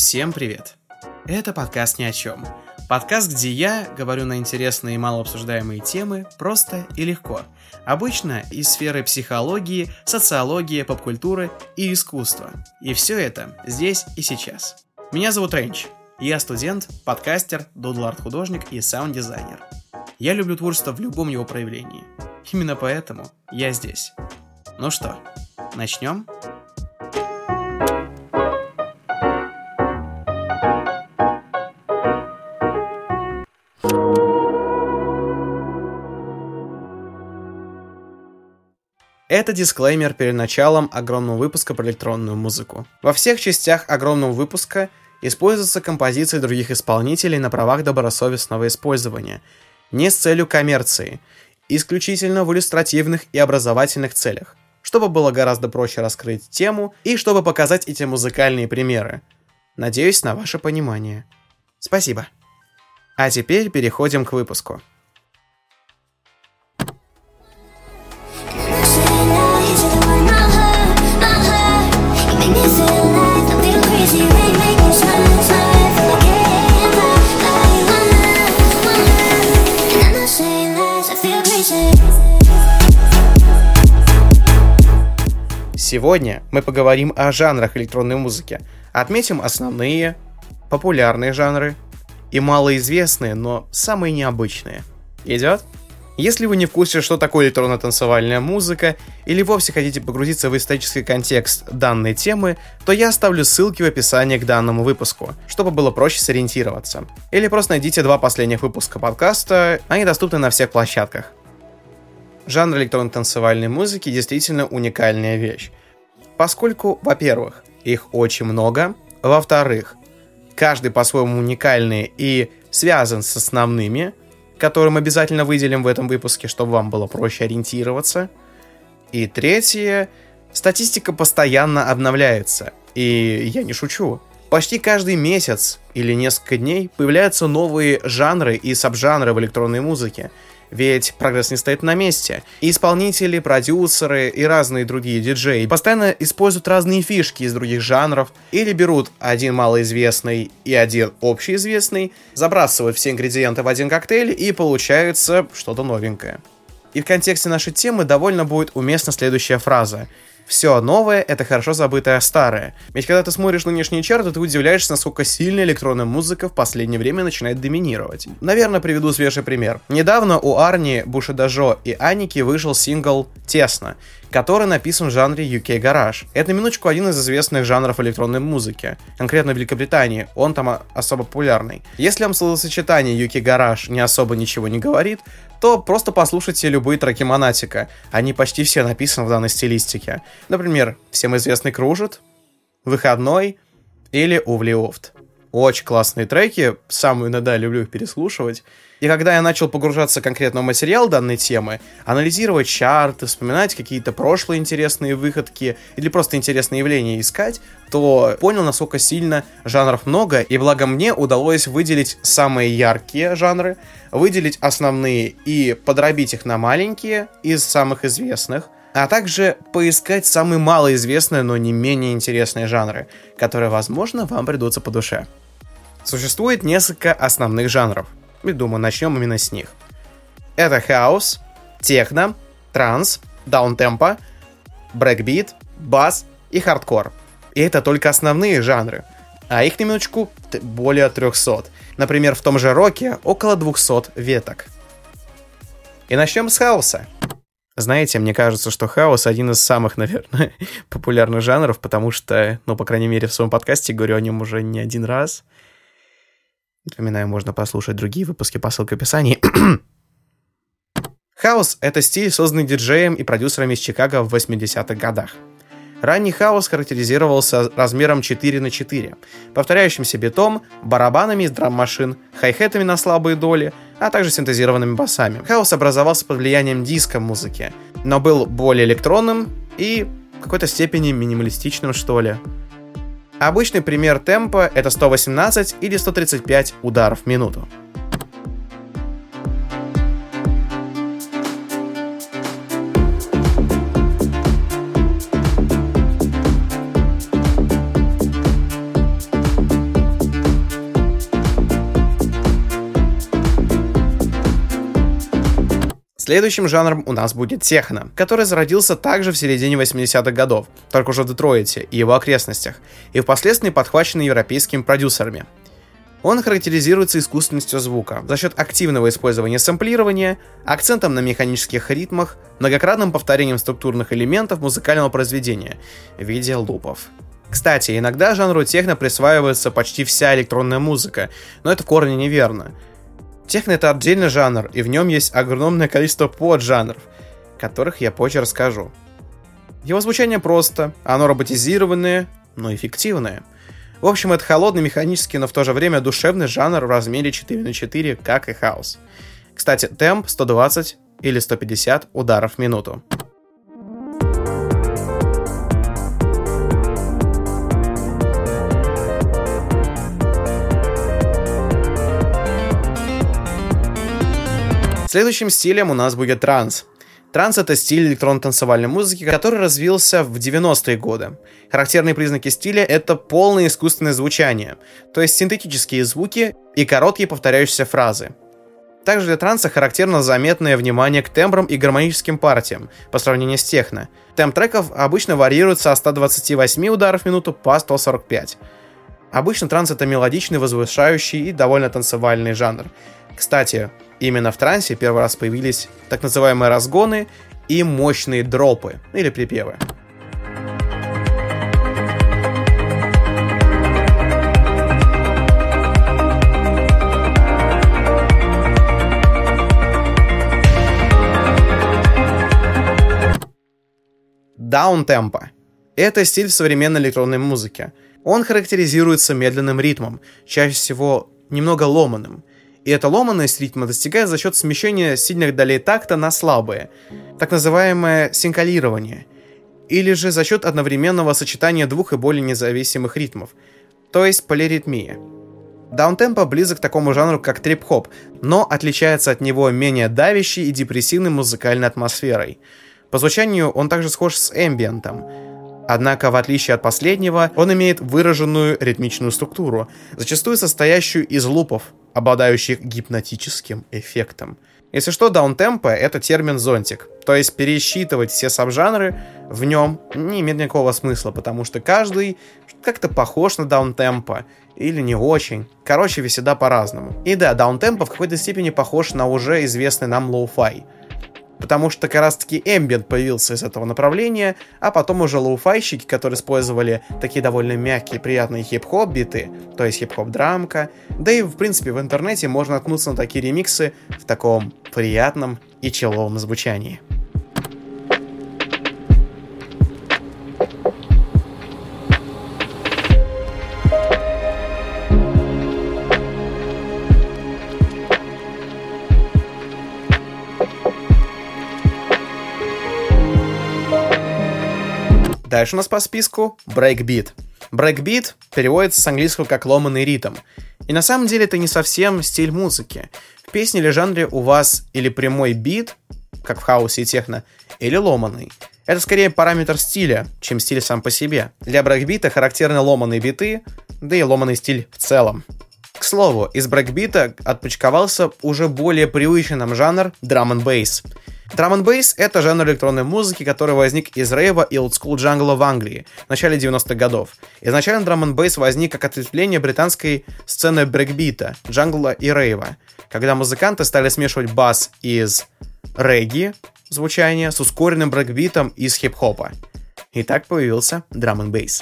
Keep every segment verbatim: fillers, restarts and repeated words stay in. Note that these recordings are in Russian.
Всем привет! Это подкаст «Ни о чем». Подкаст, где я говорю на интересные и малообсуждаемые темы просто и легко. Обычно из сферы психологии, социологии, поп-культуры и искусства. И все это здесь и сейчас. Меня зовут Рэнч. Я студент, подкастер, дудл-арт-художник и саунд-дизайнер. Я люблю творчество в любом его проявлении. Именно поэтому я здесь. Ну что, начнем? Это дисклеймер перед началом огромного выпуска про электронную музыку. Во всех частях огромного выпуска используются композиции других исполнителей на правах добросовестного использования, не с целью коммерции, исключительно в иллюстративных и образовательных целях, чтобы было гораздо проще раскрыть тему и чтобы показать эти музыкальные примеры. Надеюсь на ваше понимание. Спасибо. А теперь переходим к выпуску. Сегодня мы поговорим о жанрах электронной музыки, отметим основные, популярные жанры и малоизвестные, но самые необычные. Идет? Если вы не в курсе, что такое электронно-танцевальная музыка, или вовсе хотите погрузиться в исторический контекст данной темы, то я оставлю ссылки в описании к данному выпуску, чтобы было проще сориентироваться. Или просто найдите два последних выпуска подкаста, они доступны на всех площадках. Жанр электронно-танцевальной музыки действительно уникальная вещь, поскольку, во-первых, их очень много, во-вторых, каждый по-своему уникальный и связан с основными, которые мы обязательно выделим в этом выпуске, чтобы вам было проще ориентироваться. И третье, статистика постоянно обновляется, и я не шучу. Почти каждый месяц или несколько дней появляются новые жанры и сабжанры в электронной музыке, ведь прогресс не стоит на месте. И исполнители, продюсеры и разные другие диджеи постоянно используют разные фишки из других жанров или берут один малоизвестный и один общеизвестный, забрасывают все ингредиенты в один коктейль и получается что-то новенькое. И в контексте нашей темы довольно будет уместна следующая фраза: «Все новое — это хорошо забытое старое». Ведь когда ты смотришь нынешние чарты, ты удивляешься, насколько сильно электронная музыка в последнее время начинает доминировать. Наверное, приведу свежий пример. Недавно у Арни, Бушидажо и Аники вышел сингл «Тесно», который написан в жанре ю кей Garage. Это, на минуточку, один из известных жанров электронной музыки, конкретно в Великобритании, он там особо популярный. Если вам словосочетание ю кей Garage не особо ничего не говорит, то просто послушайте любые треки Монатика, они почти все написаны в данной стилистике. Например, всем известный «Кружит», «Выходной» или «Увлиофт». Очень классные треки, сам иногда люблю их переслушивать. И когда я начал погружаться конкретно в материал данной темы, анализировать чарты, вспоминать какие-то прошлые интересные выходки или просто интересные явления искать, то понял, насколько сильно жанров много, и благо мне удалось выделить самые яркие жанры, выделить основные и подробить их на маленькие из самых известных, а также поискать самые малоизвестные, но не менее интересные жанры, которые, возможно, вам придутся по душе. Существует несколько основных жанров, и думаю, начнем именно с них. Это хаос, техно, транс, даунтемпо, брейкбит, бас и хардкор. И это только основные жанры, а их, на минуточку, более трехсот. Например, в том же роке около двухсот веток. И начнем с хаоса. Знаете, мне кажется, что хаос один из самых, наверное, популярных жанров, потому что, ну, по крайней мере, в своем подкасте говорю о нем уже не один раз. Напоминаю, можно послушать другие выпуски по ссылке в описании. Хаос — это стиль, созданный диджеем и продюсерами из Чикаго в восьмидесятых годах. Ранний хаос характеризировался размером четыре на четыре, повторяющимся битом, барабанами из драм-машин, хай-хетами на слабые доли, а также синтезированными басами. Хаос образовался под влиянием диско-музыки, но был более электронным и в какой-то степени минималистичным, что ли. Обычный пример темпа — это сто восемнадцать или сто тридцать пять ударов в минуту. Следующим жанром у нас будет техно, который зародился также в середине восьмидесятых годов, только уже в Детройте и его окрестностях, и впоследствии подхваченный европейскими продюсерами. Он характеризуется искусственностью звука за счет активного использования сэмплирования, акцентом на механических ритмах, многократным повторением структурных элементов музыкального произведения в виде лупов. Кстати, иногда жанру техно присваивается почти вся электронная музыка, но это в корне неверно. Техно — это отдельный жанр, и в нем есть огромное количество поджанров, которых я позже расскажу. Его звучание просто, оно роботизированное, но эффективное. В общем, это холодный, механический, но в то же время душевный жанр в размере четыре на четыре, как и хаус. Кстати, темп сто двадцать или сто пятьдесят ударов в минуту. Следующим стилем у нас будет транс. Транс — это стиль электронно-танцевальной музыки, который развился в девяностые годы. Характерные признаки стиля — это полное искусственное звучание, то есть синтетические звуки и короткие повторяющиеся фразы. Также для транса характерно заметное внимание к тембрам и гармоническим партиям по сравнению с техно. Темп треков обычно варьируется от ста двадцати восьми ударов в минуту по сто сорок пять. Обычно транс — это мелодичный, возвышающий и довольно танцевальный жанр. Кстати, именно в трансе первый раз появились так называемые разгоны и мощные дропы, или припевы. Даунтемпо — это стиль в современной электронной музыке. Он характеризуется медленным ритмом, чаще всего немного ломаным. И эта ломаность ритма достигается за счет смещения сильных долей такта на слабые, так называемое синкалирование, или же за счет одновременного сочетания двух и более независимых ритмов, то есть полиритмия. Даунтемпо близок к такому жанру, как трип-хоп, но отличается от него менее давящей и депрессивной музыкальной атмосферой. По звучанию он также схож с эмбиентом. Однако, в отличие от последнего, он имеет выраженную ритмичную структуру, зачастую состоящую из лупов, обладающих гипнотическим эффектом. Если что, даунтемпо — это термин зонтик, то есть пересчитывать все сабжанры в нем не имеет никакого смысла, потому что каждый как-то похож на даунтемпо или не очень. Короче, всегда по-разному. И да, даунтемпо в какой-то степени похож на уже известный нам лоу-фай. Потому что как раз-таки эмбиент появился из этого направления, а потом уже лоу-файщики, которые использовали такие довольно мягкие, приятные хип-хоп биты, то есть хип-хоп-драмка, да и в принципе в интернете можно наткнуться на такие ремиксы в таком приятном и чилловом звучании. Дальше у нас по списку брейкбит. Брейкбит переводится с английского как ломаный ритм. И на самом деле это не совсем стиль музыки. В песне или жанре у вас или прямой бит, как в хаусе и техно, или ломаный. Это скорее параметр стиля, чем стиль сам по себе. Для брейкбита характерны ломаные биты, да и ломаный стиль в целом. К слову, из брейкбита отпочковался уже более привычный нам жанр драм энд бейс. Драм энд бейс — это жанр электронной музыки, который возник из рейва и олдскул джангла в Англии в начале девяностых годов. Изначально драм энд бейс возник как ответвление британской сцены брейкбита, джангла и рейва, когда музыканты стали смешивать бас из регги звучания с ускоренным брейкбитом из хип-хопа. И так появился драм энд бейс.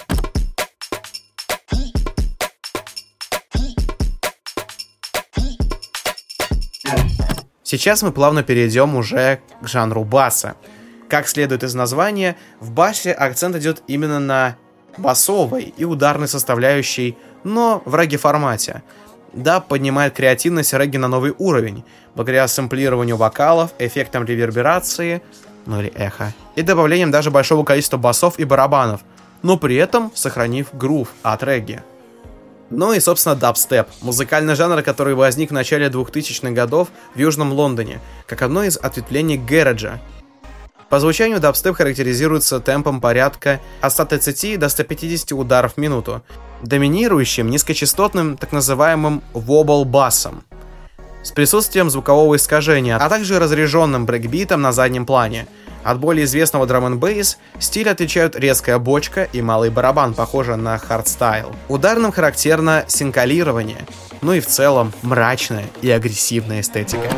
Сейчас мы плавно перейдем уже к жанру баса. Как следует из названия, в басе акцент идет именно на басовой и ударной составляющей, но в регги-формате. Даб поднимает креативность регги на новый уровень, благодаря сэмплированию вокалов, эффектам реверберации, ну или эхо, и добавлением даже большого количества басов и барабанов, но при этом сохранив грув от регги. Ну и, собственно, дабстеп, музыкальный жанр, который возник в начале двухтысячных годов в Южном Лондоне, как одно из ответвлений гэрэджа. По звучанию дабстеп характеризуется темпом порядка от ста тридцати до ста пятидесяти ударов в минуту, доминирующим низкочастотным так называемым вобл-басом. с присутствием звукового искажения, а также разряженным брейкбитом на заднем плане. От более известного драм-н-бейс стиль отличают резкая бочка и малый барабан, похожий на хардстайл. Ударным характерно синкалирование, ну и в целом мрачная и агрессивная эстетика.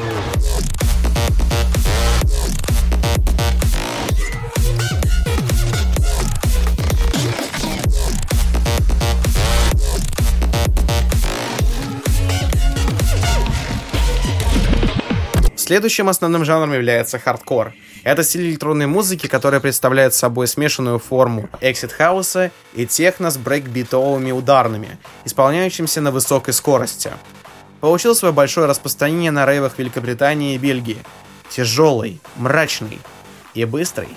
Следующим основным жанром является хардкор. Это стиль электронной музыки, который представляет собой смешанную форму эксид-хауса и техно с брейкбитовыми ударными, исполняющимися на высокой скорости. Получил свое большое распространение на рейвах Великобритании и Бельгии. Тяжелый, мрачный и быстрый.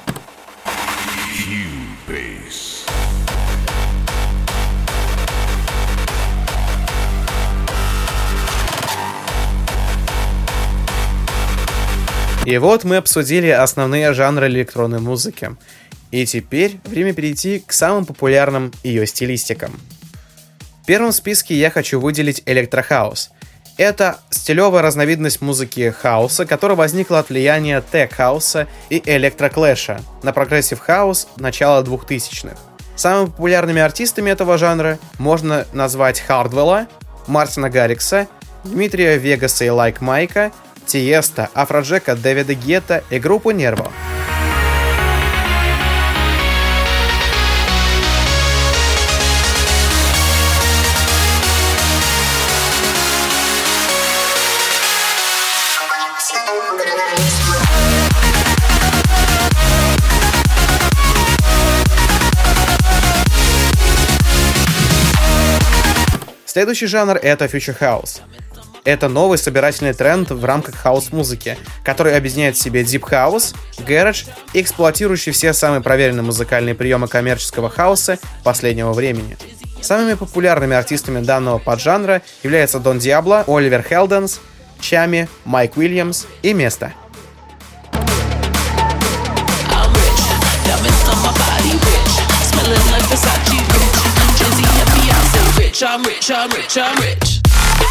И вот мы обсудили основные жанры электронной музыки. И теперь время перейти к самым популярным ее стилистикам. В первом списке я хочу выделить электрохаус. Это стилевая разновидность музыки хауса, которая возникла от влияния тех-хауса и электроклэша на прогрессив хаус начала двухтысячных. Самыми популярными артистами этого жанра можно назвать Хардвелла, Мартина Гаррикса, Дмитрия Вегаса и Лайк Майка, Тиеста, Афроджека, Дэвида Гетта и группу Нерво. Следующий жанр — это Future House. Это новый собирательный тренд в рамках хаус-музыки, который объединяет в себе Deep House, Garage и эксплуатирующий все самые проверенные музыкальные приемы коммерческого хауса последнего времени. Самыми популярными артистами данного поджанра являются Дон Диабло, Оливер Хелденс, Чами, Майк Уильямс и Место. I'm rich, I'm rich, I'm rich.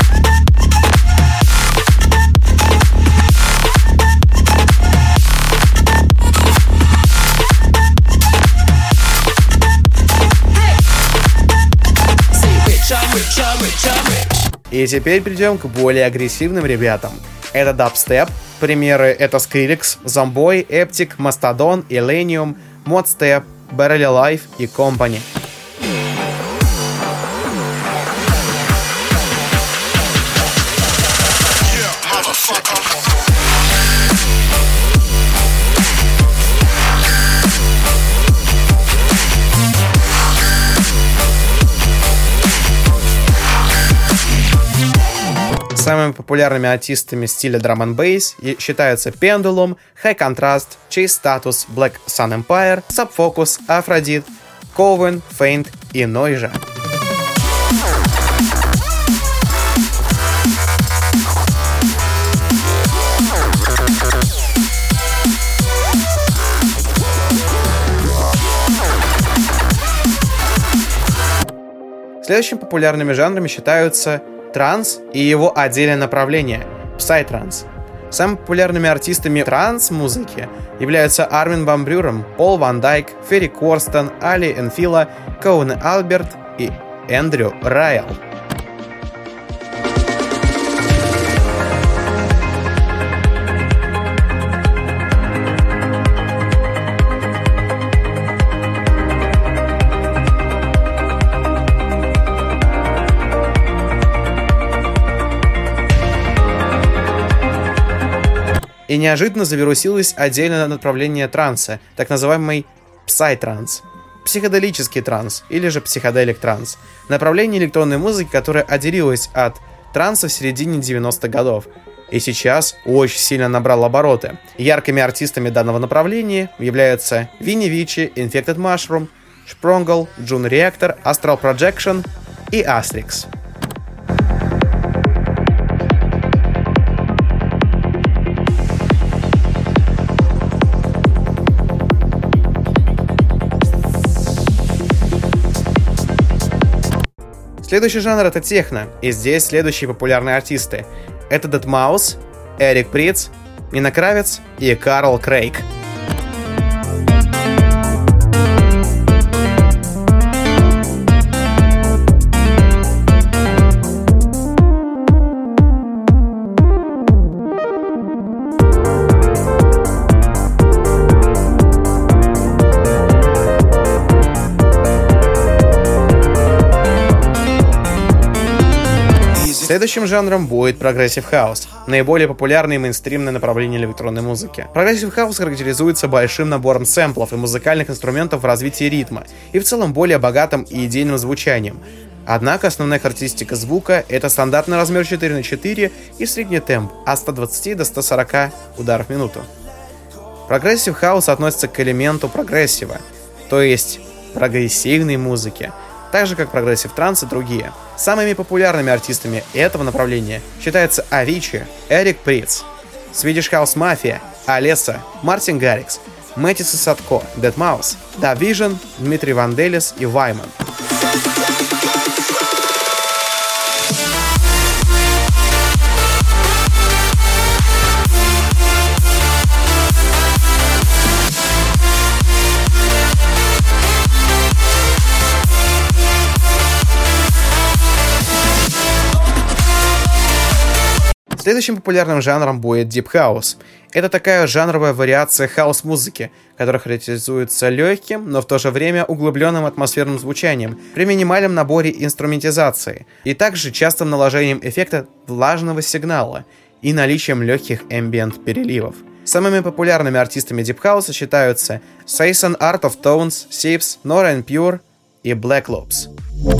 И теперь перейдем к более агрессивным ребятам. Это дабстеп. Примеры — это Skrillex, Zomboy, Eptic, Mastodon, Illenium, Modstep, Barely Life и Company. Самыми популярными артистами стиля Drum and Bass считаются Pendulum, High Contrast, Chase Status, Black Sun Empire, Subfocus, Aphrodite, Coven, Faint и Noisia. Следующими популярными жанрами считаются транс и его отдельное направление – псай-транс. Самыми популярными артистами транс-музыки являются Армин ван Бюрен, Пол Ван Дайк, Ферри Корстен, Али Энфила, Коуне Альберт и Эндрю Райл. И неожиданно завирусилось отдельное направление транса, так называемый псай-транс, психоделический транс или же психоделик транс, направление электронной музыки, которое отделилось от транса в середине девяностых годов и сейчас очень сильно набрал обороты. Яркими артистами данного направления являются Винни Вичи, Infected Mushroom, Шпронгл, Джун Реактор, Astral Projection и Astrix. Следующий жанр — это техно, и здесь следующие популярные артисты. Это Deadmau5, Эрик Придц, Нина Кравец и Карл Крейг. Следующим жанром будет прогрессив хаус, наиболее популярное и мейнстримное направление электронной музыки. Прогрессив хаус характеризуется большим набором сэмплов и музыкальных инструментов в развитии ритма и в целом более богатым и идейным звучанием. Однако основная характеристика звука — это стандартный размер четыре на четыре и средний темп от ста двадцати до ста сорока ударов в минуту. Прогрессив хаус относится к элементу прогрессива, то есть прогрессивной музыки, так же как прогрессив транс и другие. Самыми популярными артистами этого направления считаются Avicii, Эрик Придц, Swedish House Mafia, Алеса, Мартин Гаррикс, Мэтис и Садко, Deadmau5, Davision, Дмитрий Ванделис и Вайман. Следующим популярным жанром будет Deep House. Это такая жанровая вариация хаус-музыки, которая характеризуется легким, но в то же время углубленным атмосферным звучанием при минимальном наборе инструментизации и также частым наложением эффекта влажного сигнала и наличием легких ambient-переливов. Самыми популярными артистами Deep House считаются Saison, Art of Tones, Sips, Nora En Pure и Black Lopes.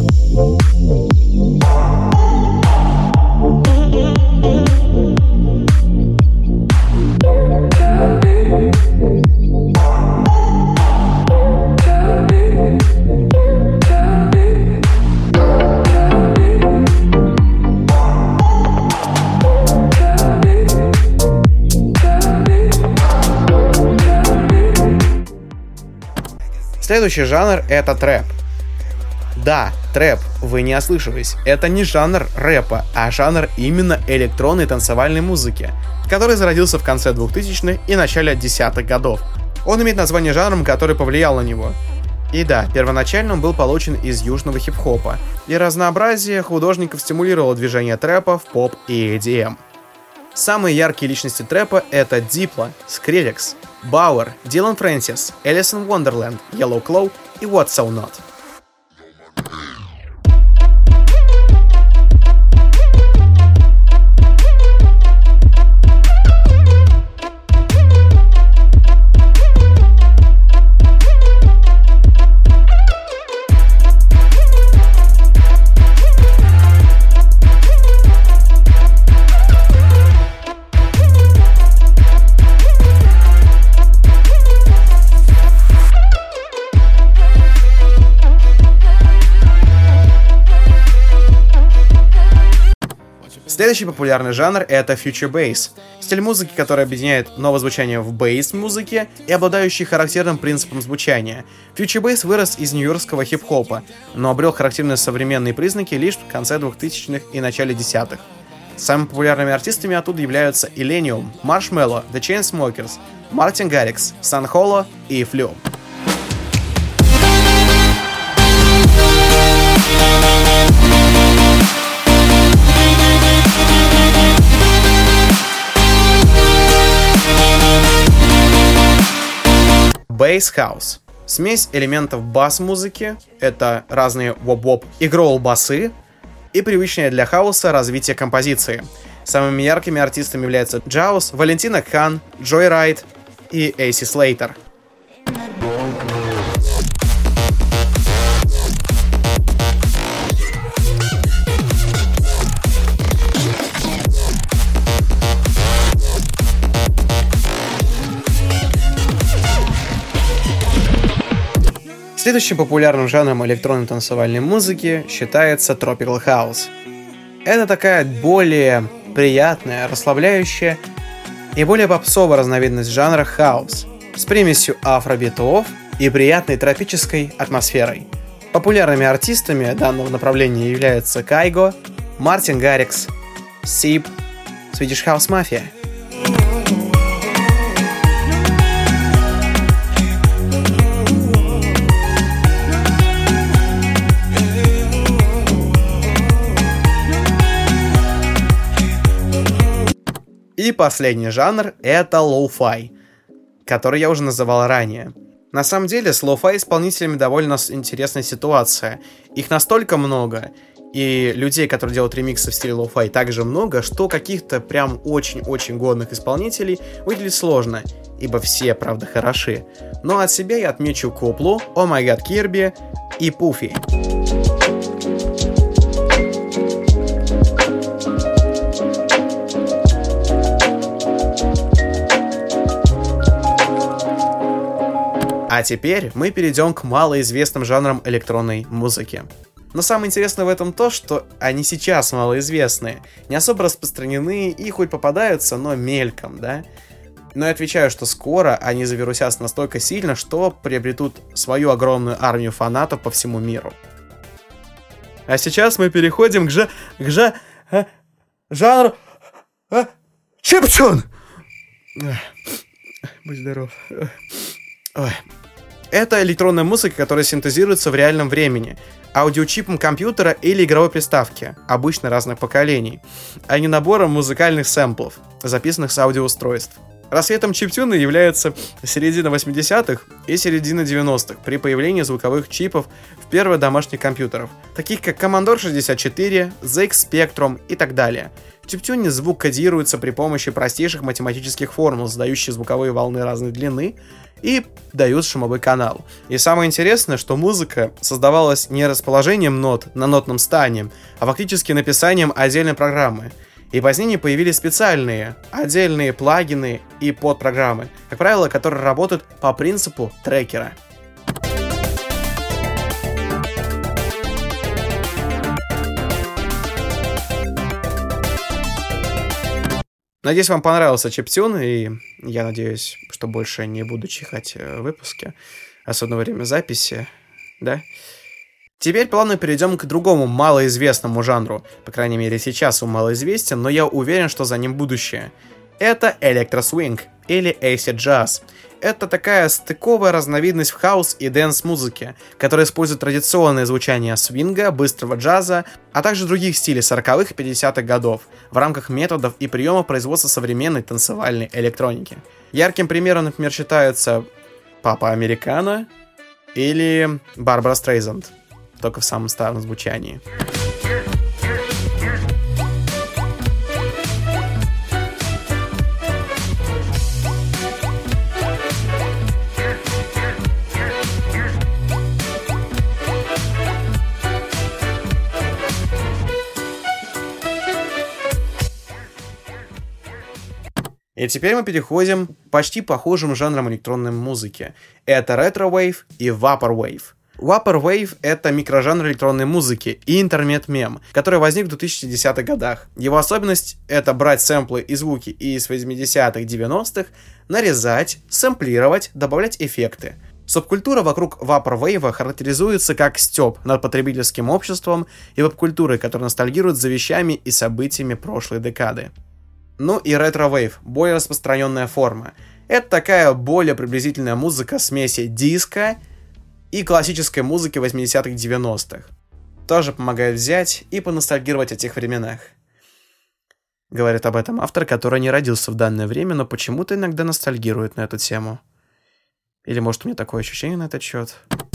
Следующий жанр — это трэп. Да, трэп, вы не ослышались, это не жанр рэпа, а жанр именно электронной танцевальной музыки, который зародился в конце двухтысячных и начале десятых годов. Он имеет название жанром, который повлиял на него. И да, первоначально он был получен из южного хип-хопа, и разнообразие художников стимулировало движение трэпа в поп и и ди эм. Самые яркие личности трэпа — это Diplo, Skrillex, Бауэр, Дилан Фрэнсис, Alice in Wonderland, Yellow Claw и What's So Not. Следующий популярный жанр — это Future Bass. Стиль музыки, который объединяет новое звучание в бейс-музыке и обладающий характерным принципом звучания. Future Bass вырос из нью-йоркского хип-хопа, но обрел характерные современные признаки лишь в конце двухтысячных и начале десятых. Самыми популярными артистами оттуда являются Illenium, Marshmello, The Chainsmokers, Мартин Гаррикс, Сан Холо и Flume. Bass House. Смесь элементов бас-музыки, это разные воп-воп и гроул-басы, и привычное для хауса развитие композиции. Самыми яркими артистами являются Джаус, Валентина Кан, Джой Райт и Эйси Слейтер. Следующим популярным жанром электронной танцевальной музыки считается Tropical House. Это такая более приятная, расслабляющая и более попсовая разновидность жанра хаус с примесью афробитов и приятной тропической атмосферой. Популярными артистами данного направления являются Кайго, Мартин Гаррикс, Сип, Swedish House Mafia. И последний жанр — это лоу-фай, который я уже называл ранее. На самом деле, с лоу-фай исполнителями довольно интересная ситуация. Их настолько много, и людей, которые делают ремиксы в стиле лоу-фай, также много, что каких-то прям очень-очень годных исполнителей выделить сложно, ибо все, правда, хороши. Но от себя я отмечу Коплу, Oh My God Kirby и Пуфи. А теперь мы перейдем к малоизвестным жанрам электронной музыки. Но самое интересное в этом то, что они сейчас малоизвестные, не особо распространены и хоть попадаются, но мельком, да? Но я отвечаю, что скоро они завирусятся настолько сильно, что приобретут свою огромную армию фанатов по всему миру. А сейчас мы переходим к жа... к жа... А... жанру... А... чиптюн! Будь здоров. Ой. Это электронная музыка, которая синтезируется в реальном времени, аудиочипом компьютера или игровой приставки, обычно разных поколений, а не набором музыкальных сэмплов, записанных с аудиоустройств. Рассветом чиптюна является середина восьмидесятых и середина девяностых при появлении звуковых чипов в первых домашних компьютерах, таких как Commodore шестьдесят четыре, зет икс Spectrum и так далее. В чиптюне звук кодируется при помощи простейших математических формул, задающих звуковые волны разной длины, и дают шумовой канал. И самое интересное, что музыка создавалась не расположением нот на нотном стане, а фактически написанием отдельной программы. И позднее появились специальные, отдельные плагины и подпрограммы, как правило, которые работают по принципу трекера. Надеюсь, вам понравился чиптюн, и я надеюсь, что больше не буду чихать в выпуске, особенно во время записи, да? Теперь плавно перейдем к другому малоизвестному жанру, по крайней мере сейчас он малоизвестен, но я уверен, что за ним будущее. Это электросвинг или acid jazz. Это такая стыковая разновидность в хаус и дэнс-музыке, которая использует традиционное звучание свинга, быстрого джаза, а также других стилей сороковых и пятидесятых годов в рамках методов и приемов производства современной танцевальной электроники. Ярким примером, например, считаются Папа Американо или Барбара Стрейзанд, только в самом старом звучании. И теперь мы переходим к почти похожим жанрам электронной музыки. Это ретро-вейв и вапор-вейв. Vaporwave — это микрожанр электронной музыки и интернет-мем, который возник в двухтысячных годах. Его особенность — это брать сэмплы и звуки из восьмидесятых, девяностых, нарезать, сэмплировать, добавлять эффекты. Субкультура вокруг Vaporwave характеризуется как стёб над потребительским обществом и веб-культурой, которая ностальгирует за вещами и событиями прошлой декады. Ну и ретро-вейв — более распространенная форма. Это такая более приблизительная музыка смеси диска и классической музыки восьмидесятых, девяностых. Тоже помогает взять и поностальгировать о тех временах. Говорит об этом автор, который не родился в данное время, но почему-то иногда ностальгирует на эту тему. Или может у меня такое ощущение на этот счет.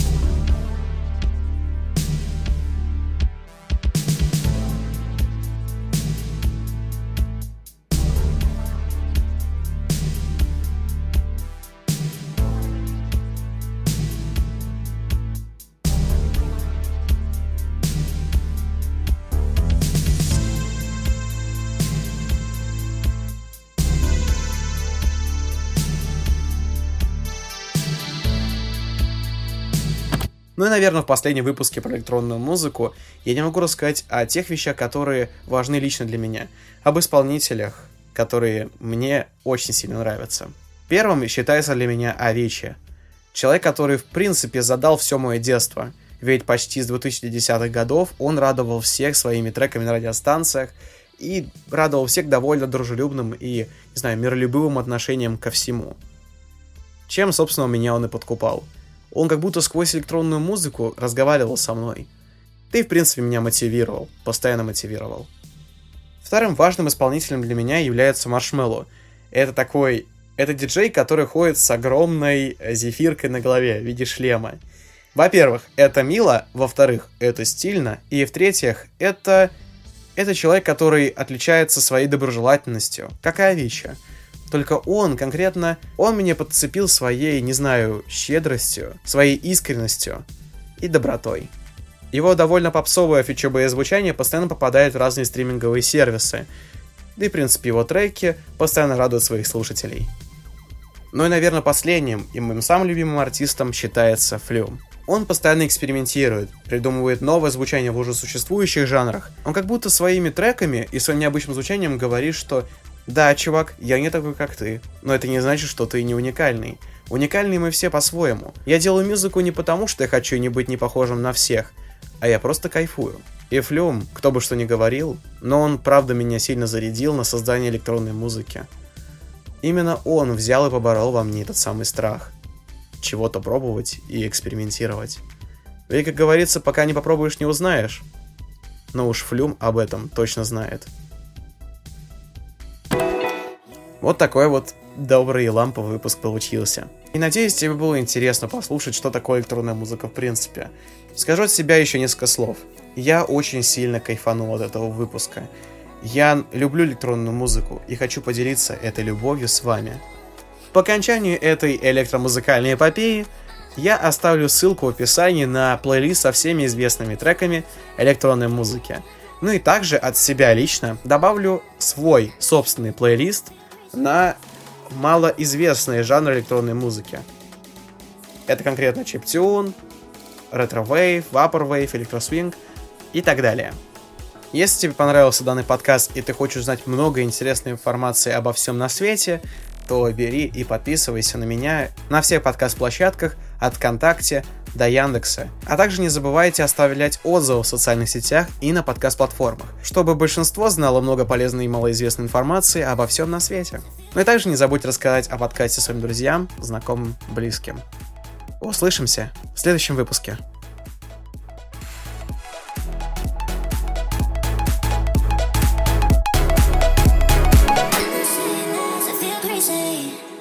Ну и, наверное, в последнем выпуске про электронную музыку я не могу рассказать о тех вещах, которые важны лично для меня, об исполнителях, которые мне очень сильно нравятся. Первым считается для меня Avicii. Человек, который, в принципе, задал все мое детство, ведь почти с двухтысячных годов он радовал всех своими треками на радиостанциях и радовал всех довольно дружелюбным и, не знаю, миролюбивым отношением ко всему. Чем, собственно, меня он и подкупал. Он как будто сквозь электронную музыку разговаривал со мной. Да и, в принципе, меня мотивировал, постоянно мотивировал. Вторым важным исполнителем для меня является Маршмелло. Это такой... Это диджей, который ходит с огромной зефиркой на голове в виде шлема. Во-первых, это мило, во-вторых, это стильно, и в-третьих, это... Это человек, который отличается своей доброжелательностью, как и Авичи. Только он, конкретно, он меня подцепил своей, не знаю, щедростью, своей искренностью и добротой. Его довольно попсовое фичобое звучание постоянно попадает в разные стриминговые сервисы. Да и, в принципе, его треки постоянно радуют своих слушателей. Ну и, наверное, последним и моим самым любимым артистом считается Флюм. Он постоянно экспериментирует, придумывает новое звучание в уже существующих жанрах. Он как будто своими треками и своим необычным звучанием говорит, что «Да, чувак, я не такой, как ты, но это не значит, что ты не уникальный. Уникальны мы все по-своему. Я делаю музыку не потому, что я хочу не быть не похожим на всех, а я просто кайфую». И Флюм, кто бы что ни говорил, но он правда меня сильно зарядил на создание электронной музыки. Именно он взял и поборол во мне этот самый страх. Чего-то пробовать и экспериментировать. Ведь, как говорится, пока не попробуешь, не узнаешь. Но уж Флюм об этом точно знает. Вот такой вот добрый и ламповый выпуск получился. И надеюсь, тебе было интересно послушать, что такое электронная музыка в принципе. Скажу от себя еще несколько слов. Я очень сильно кайфанул от этого выпуска. Я люблю электронную музыку и хочу поделиться этой любовью с вами. По окончанию этой электромузыкальной эпопеи я оставлю ссылку в описании на плейлист со всеми известными треками электронной музыки. Ну и также от себя лично добавлю свой собственный плейлист на малоизвестные жанры электронной музыки. Это конкретно чиптюн, ретро-вейв, вапор-вейв, электросвинг и так далее. Если тебе понравился данный подкаст и ты хочешь узнать много интересной информации обо всем на свете, то бери и подписывайся на меня на всех подкаст-площадках от ВКонтакте до Яндекса. А также не забывайте оставлять отзывы в социальных сетях и на подкаст-платформах, чтобы большинство знало много полезной и малоизвестной информации обо всем на свете. Ну и также не забудь рассказать о подкасте своим друзьям, знакомым, близким. Услышимся в следующем выпуске. Feel crazy.